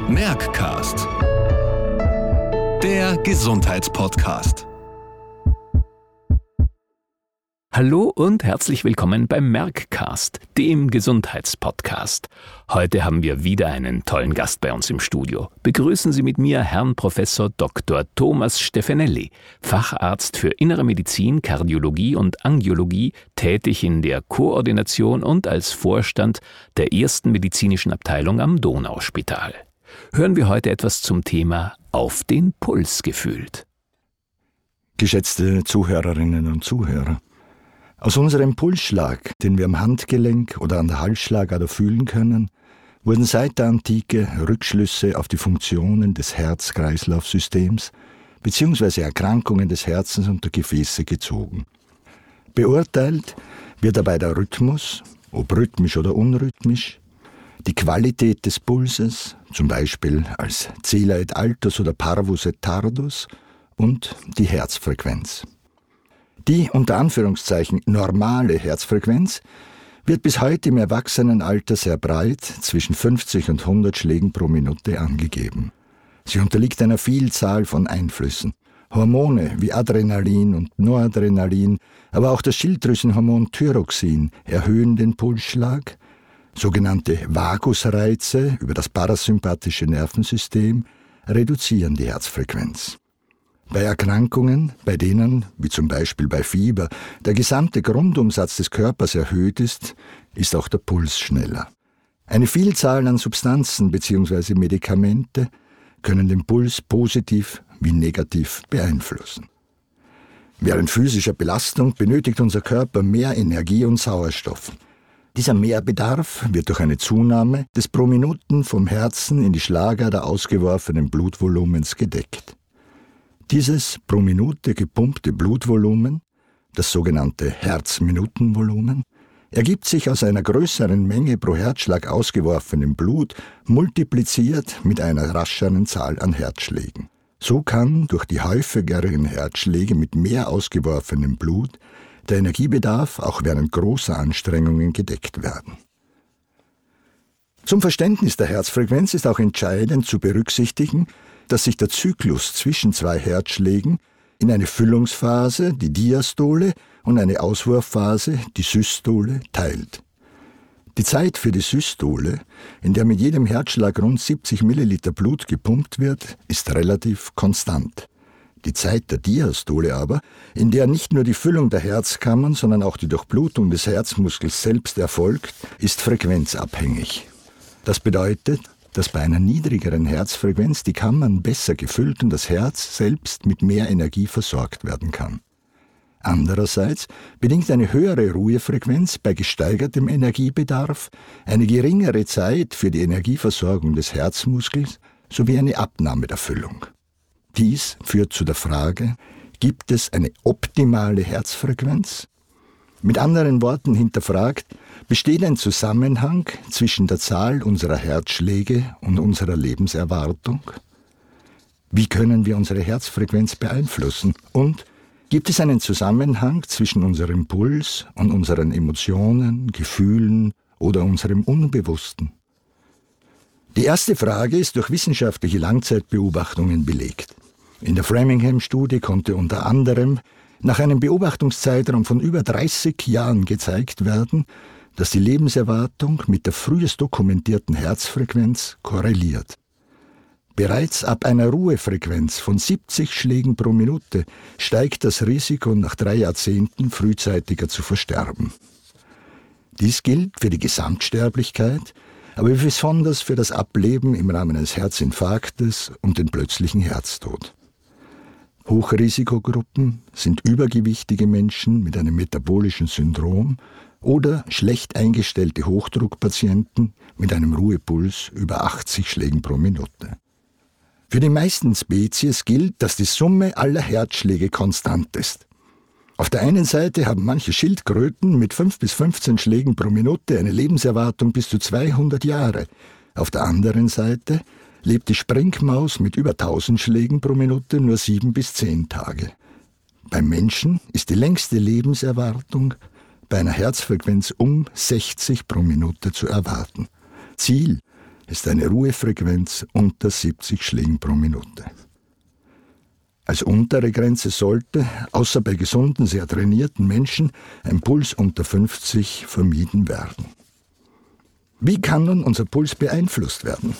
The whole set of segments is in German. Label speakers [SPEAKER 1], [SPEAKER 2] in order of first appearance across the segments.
[SPEAKER 1] Merckcast, der Gesundheitspodcast.
[SPEAKER 2] Hallo und herzlich willkommen beim Merckcast, dem Gesundheitspodcast. Heute haben wir wieder einen tollen Gast bei uns im Studio. Begrüßen Sie mit mir Herrn Professor Dr. Thomas Stefanelli, Facharzt für Innere Medizin, Kardiologie und Angiologie, tätig in der Koordination und als Vorstand der ersten medizinischen Abteilung am Donauspital. Hören wir heute etwas zum Thema Auf den Puls gefühlt.
[SPEAKER 3] Geschätzte Zuhörerinnen und Zuhörer, aus unserem Pulsschlag, den wir am Handgelenk oder an der Halsschlagader fühlen können, wurden seit der Antike Rückschlüsse auf die Funktionen des Herz-Kreislauf-Systems bzw. Erkrankungen des Herzens und der Gefäße gezogen. Beurteilt wird dabei der Rhythmus, ob rhythmisch oder unrhythmisch, die Qualität des Pulses, zum Beispiel als Celer et altus oder Parvus et tardus, und die Herzfrequenz. Die unter Anführungszeichen normale Herzfrequenz wird bis heute im Erwachsenenalter sehr breit zwischen 50 und 100 Schlägen pro Minute angegeben. Sie unterliegt einer Vielzahl von Einflüssen. Hormone wie Adrenalin und Noradrenalin, aber auch das Schilddrüsenhormon Thyroxin erhöhen den Pulsschlag. Sogenannte Vagusreize über das parasympathische Nervensystem reduzieren die Herzfrequenz. Bei Erkrankungen, bei denen, wie zum Beispiel bei Fieber, der gesamte Grundumsatz des Körpers erhöht ist auch der Puls schneller. Eine Vielzahl an Substanzen bzw. Medikamente können den Puls positiv wie negativ beeinflussen. Während physischer Belastung benötigt unser Körper mehr Energie und Sauerstoff. Dieser Mehrbedarf wird durch eine Zunahme des pro Minuten vom Herzen in die Schlagader ausgeworfenen Blutvolumens gedeckt. Dieses pro Minute gepumpte Blutvolumen, das sogenannte Herzminutenvolumen, ergibt sich aus einer größeren Menge pro Herzschlag ausgeworfenem Blut, multipliziert mit einer rascheren Zahl an Herzschlägen. So kann durch die häufigeren Herzschläge mit mehr ausgeworfenem Blut der Energiebedarf auch während großer Anstrengungen gedeckt werden. Zum Verständnis der Herzfrequenz ist auch entscheidend zu berücksichtigen, dass sich der Zyklus zwischen zwei Herzschlägen in eine Füllungsphase, die Diastole, und eine Auswurfphase, die Systole, teilt. Die Zeit für die Systole, in der mit jedem Herzschlag rund 70 Milliliter Blut gepumpt wird, ist relativ konstant. Die Zeit der Diastole aber, in der nicht nur die Füllung der Herzkammern, sondern auch die Durchblutung des Herzmuskels selbst erfolgt, ist frequenzabhängig. Das bedeutet, dass bei einer niedrigeren Herzfrequenz die Kammern besser gefüllt und das Herz selbst mit mehr Energie versorgt werden kann. Andererseits bedingt eine höhere Ruhefrequenz bei gesteigertem Energiebedarf eine geringere Zeit für die Energieversorgung des Herzmuskels sowie eine Abnahme der Füllung. Dies führt zu der Frage, gibt es eine optimale Herzfrequenz? Mit anderen Worten hinterfragt, besteht ein Zusammenhang zwischen der Zahl unserer Herzschläge und unserer Lebenserwartung? Wie können wir unsere Herzfrequenz beeinflussen? Und gibt es einen Zusammenhang zwischen unserem Puls und unseren Emotionen, Gefühlen oder unserem Unbewussten? Die erste Frage ist durch wissenschaftliche Langzeitbeobachtungen belegt. In der Framingham-Studie konnte unter anderem nach einem Beobachtungszeitraum von über 30 Jahren gezeigt werden, dass die Lebenserwartung mit der frühest dokumentierten Herzfrequenz korreliert. Bereits ab einer Ruhefrequenz von 70 Schlägen pro Minute steigt das Risiko, nach 3 Jahrzehnten frühzeitiger zu versterben. Dies gilt für die Gesamtsterblichkeit, aber besonders für das Ableben im Rahmen eines Herzinfarktes und den plötzlichen Herztod. Hochrisikogruppen sind übergewichtige Menschen mit einem metabolischen Syndrom oder schlecht eingestellte Hochdruckpatienten mit einem Ruhepuls über 80 Schlägen pro Minute. Für die meisten Spezies gilt, dass die Summe aller Herzschläge konstant ist. Auf der einen Seite haben manche Schildkröten mit 5 bis 15 Schlägen pro Minute eine Lebenserwartung bis zu 200 Jahre. Auf der anderen Seite lebt die Springmaus mit über 1000 Schlägen pro Minute nur 7 bis 10 Tage. Beim Menschen ist die längste Lebenserwartung bei einer Herzfrequenz um 60 pro Minute zu erwarten. Ziel ist eine Ruhefrequenz unter 70 Schlägen pro Minute. Als untere Grenze sollte, außer bei gesunden, sehr trainierten Menschen, ein Puls unter 50 vermieden werden. Wie kann nun unser Puls beeinflusst werden?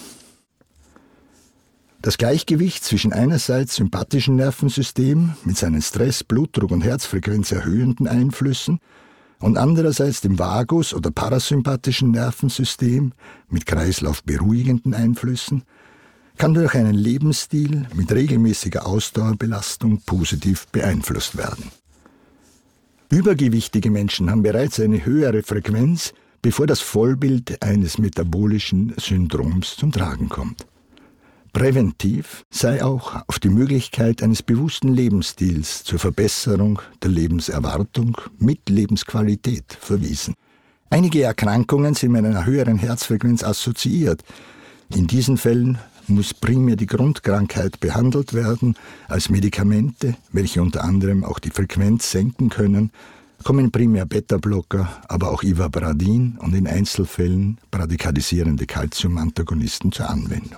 [SPEAKER 3] Das Gleichgewicht zwischen einerseits sympathischen Nervensystem mit seinen Stress-, Blutdruck- und Herzfrequenz erhöhenden Einflüssen und andererseits dem Vagus- oder parasympathischen Nervensystem mit kreislaufberuhigenden Einflüssen kann durch einen Lebensstil mit regelmäßiger Ausdauerbelastung positiv beeinflusst werden. Übergewichtige Menschen haben bereits eine höhere Frequenz, bevor das Vollbild eines metabolischen Syndroms zum Tragen kommt. Präventiv sei auch auf die Möglichkeit eines bewussten Lebensstils zur Verbesserung der Lebenserwartung mit Lebensqualität verwiesen. Einige Erkrankungen sind mit einer höheren Herzfrequenz assoziiert. In diesen Fällen muss primär die Grundkrankheit behandelt werden. Als Medikamente, welche unter anderem auch die Frequenz senken können, kommen primär Beta-Blocker, aber auch Ivabradin und in Einzelfällen bradykardisierende Calcium-Antagonisten zur Anwendung.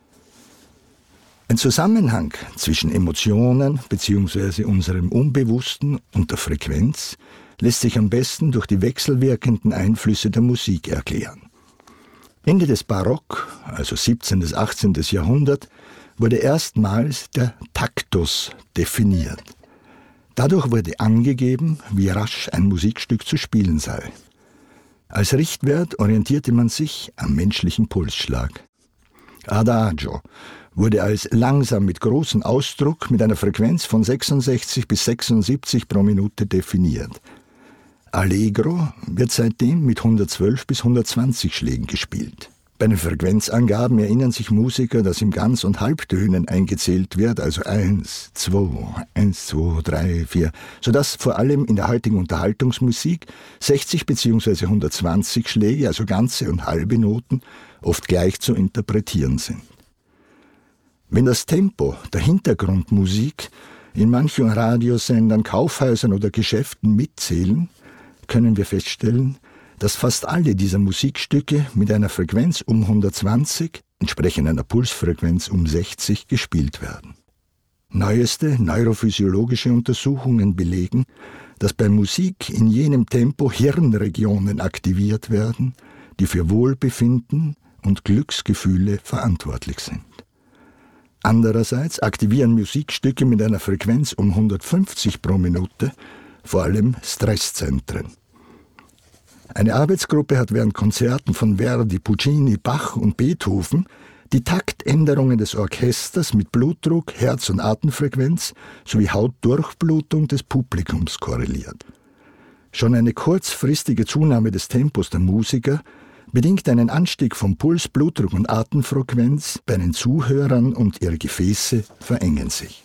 [SPEAKER 3] Ein Zusammenhang zwischen Emotionen bzw. unserem Unbewussten und der Frequenz lässt sich am besten durch die wechselwirkenden Einflüsse der Musik erklären. Ende des Barock, also 17. bis 18. Jahrhundert, wurde erstmals der Taktus definiert. Dadurch wurde angegeben, wie rasch ein Musikstück zu spielen sei. Als Richtwert orientierte man sich am menschlichen Pulsschlag. Adagio wurde als langsam mit großem Ausdruck mit einer Frequenz von 66 bis 76 pro Minute definiert. Allegro wird seitdem mit 112 bis 120 Schlägen gespielt. Bei den Frequenzangaben erinnern sich Musiker, dass im Ganz- und Halbtönen eingezählt wird, also 1, 2, 1, 2, 3, 4, sodass vor allem in der heutigen Unterhaltungsmusik 60 bzw. 120 Schläge, also ganze und halbe Noten, oft gleich zu interpretieren sind. Wenn das Tempo der Hintergrundmusik in manchen Radiosendern, Kaufhäusern oder Geschäften mitzählen, können wir feststellen, dass fast alle dieser Musikstücke mit einer Frequenz um 120, entsprechend einer Pulsfrequenz um 60, gespielt werden. Neueste neurophysiologische Untersuchungen belegen, dass bei Musik in jenem Tempo Hirnregionen aktiviert werden, die für Wohlbefinden und Glücksgefühle verantwortlich sind. Andererseits aktivieren Musikstücke mit einer Frequenz um 150 pro Minute vor allem Stresszentren. Eine Arbeitsgruppe hat während Konzerten von Verdi, Puccini, Bach und Beethoven die Taktänderungen des Orchesters mit Blutdruck, Herz- und Atemfrequenz sowie Hautdurchblutung des Publikums korreliert. Schon eine kurzfristige Zunahme des Tempos der Musiker bedingt einen Anstieg von Puls, Blutdruck und Atemfrequenz bei den Zuhörern und ihre Gefäße verengen sich.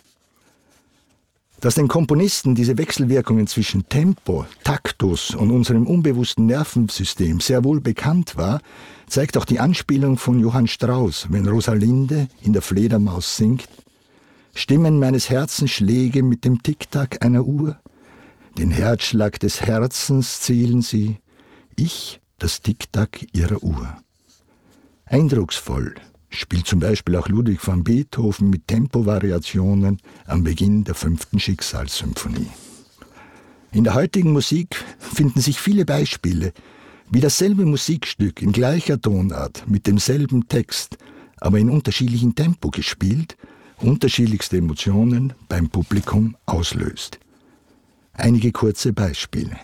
[SPEAKER 3] Dass den Komponisten diese Wechselwirkungen zwischen Tempo, Taktus und unserem unbewussten Nervensystem sehr wohl bekannt war, zeigt auch die Anspielung von Johann Strauss, wenn Rosalinde in der Fledermaus singt: Stimmen meines Herzens Schläge mit dem Tick-Tack einer Uhr, den Herzschlag des Herzens zählen sie, ich das Tick-Tack ihrer Uhr. Eindrucksvoll spielt zum Beispiel auch Ludwig van Beethoven mit Tempovariationen am Beginn der 5. Schicksalssymphonie. In der heutigen Musik finden sich viele Beispiele, wie dasselbe Musikstück in gleicher Tonart mit demselben Text, aber in unterschiedlichem Tempo gespielt, unterschiedlichste Emotionen beim Publikum auslöst. Einige kurze Beispiele.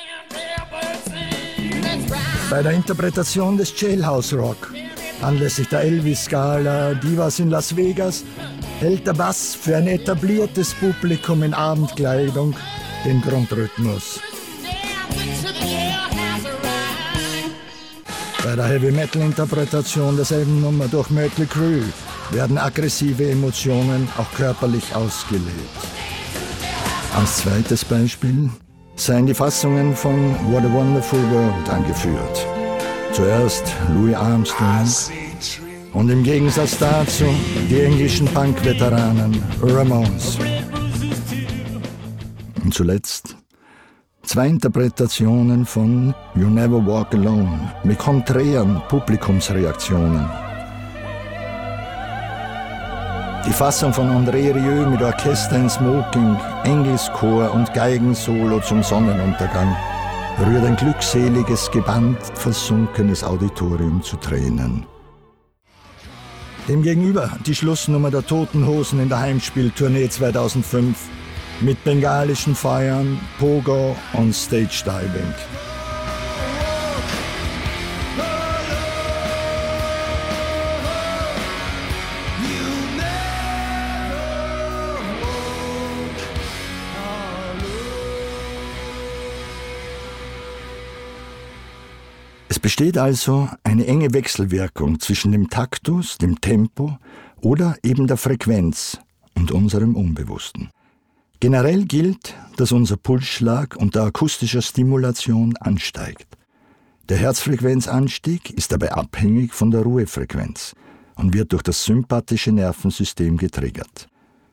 [SPEAKER 3] Bei der Interpretation des Jailhouse Rock anlässlich der Elvis-Gala Divas in Las Vegas hält der Bass für ein etabliertes Publikum in Abendkleidung den Grundrhythmus. Bei der Heavy-Metal-Interpretation derselben Nummer durch Mötley Crüe werden aggressive Emotionen auch körperlich ausgelebt. Als zweites Beispiel seien die Fassungen von What a Wonderful World angeführt. Zuerst Louis Armstrong und im Gegensatz dazu die englischen Punk-Veteranen Ramones. Und zuletzt 2 Interpretationen von You Never Walk Alone mit konträren Publikumsreaktionen. Die Fassung von André Rieu mit Orchester in Smoking, Engelschor und Geigensolo zum Sonnenuntergang rührt ein glückseliges, gebannt versunkenes Auditorium zu Tränen. Demgegenüber die Schlussnummer der Toten Hosen in der Heimspieltournee 2005 mit bengalischen Feuern, Pogo und Stage Diving. Es besteht also eine enge Wechselwirkung zwischen dem Taktus, dem Tempo oder eben der Frequenz und unserem Unbewussten. Generell gilt, dass unser Pulsschlag unter akustischer Stimulation ansteigt. Der Herzfrequenzanstieg ist dabei abhängig von der Ruhefrequenz und wird durch das sympathische Nervensystem getriggert.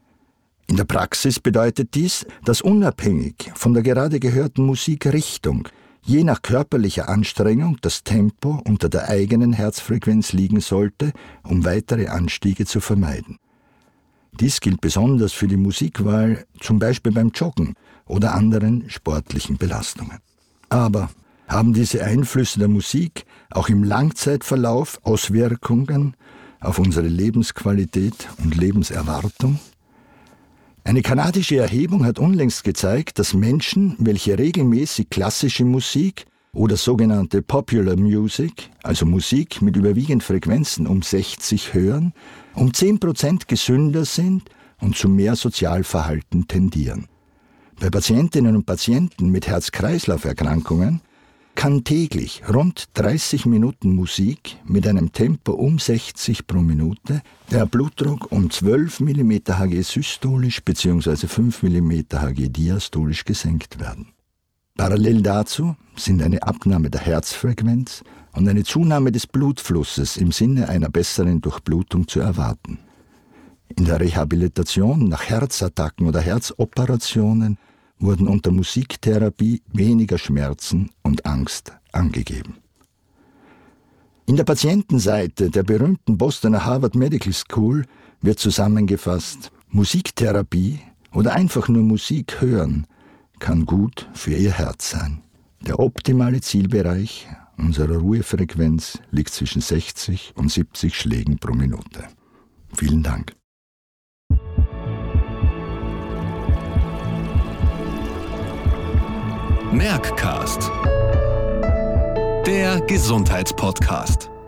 [SPEAKER 3] In der Praxis bedeutet dies, dass unabhängig von der gerade gehörten Musikrichtung je nach körperlicher Anstrengung das Tempo unter der eigenen Herzfrequenz liegen sollte, um weitere Anstiege zu vermeiden. Dies gilt besonders für die Musikwahl, zum Beispiel beim Joggen oder anderen sportlichen Belastungen. Aber haben diese Einflüsse der Musik auch im Langzeitverlauf Auswirkungen auf unsere Lebensqualität und Lebenserwartung? Eine kanadische Erhebung hat unlängst gezeigt, dass Menschen, welche regelmäßig klassische Musik oder sogenannte Popular Music, also Musik mit überwiegend Frequenzen um 60 hören, um 10% gesünder sind und zu mehr Sozialverhalten tendieren. Bei Patientinnen und Patienten mit Herz-Kreislauf-Erkrankungen kann täglich rund 30 Minuten Musik mit einem Tempo um 60 pro Minute der Blutdruck um 12 mm Hg systolisch bzw. 5 mm Hg diastolisch gesenkt werden. Parallel dazu sind eine Abnahme der Herzfrequenz und eine Zunahme des Blutflusses im Sinne einer besseren Durchblutung zu erwarten. In der Rehabilitation nach Herzattacken oder Herzoperationen wurden unter Musiktherapie weniger Schmerzen und Angst angegeben. In der Patientenseite der berühmten Bostoner Harvard Medical School wird zusammengefasst: Musiktherapie oder einfach nur Musik hören kann gut für Ihr Herz sein. Der optimale Zielbereich unserer Ruhefrequenz liegt zwischen 60 und 70 Schlägen pro Minute. Vielen Dank.
[SPEAKER 1] Merckcast, der Gesundheitspodcast.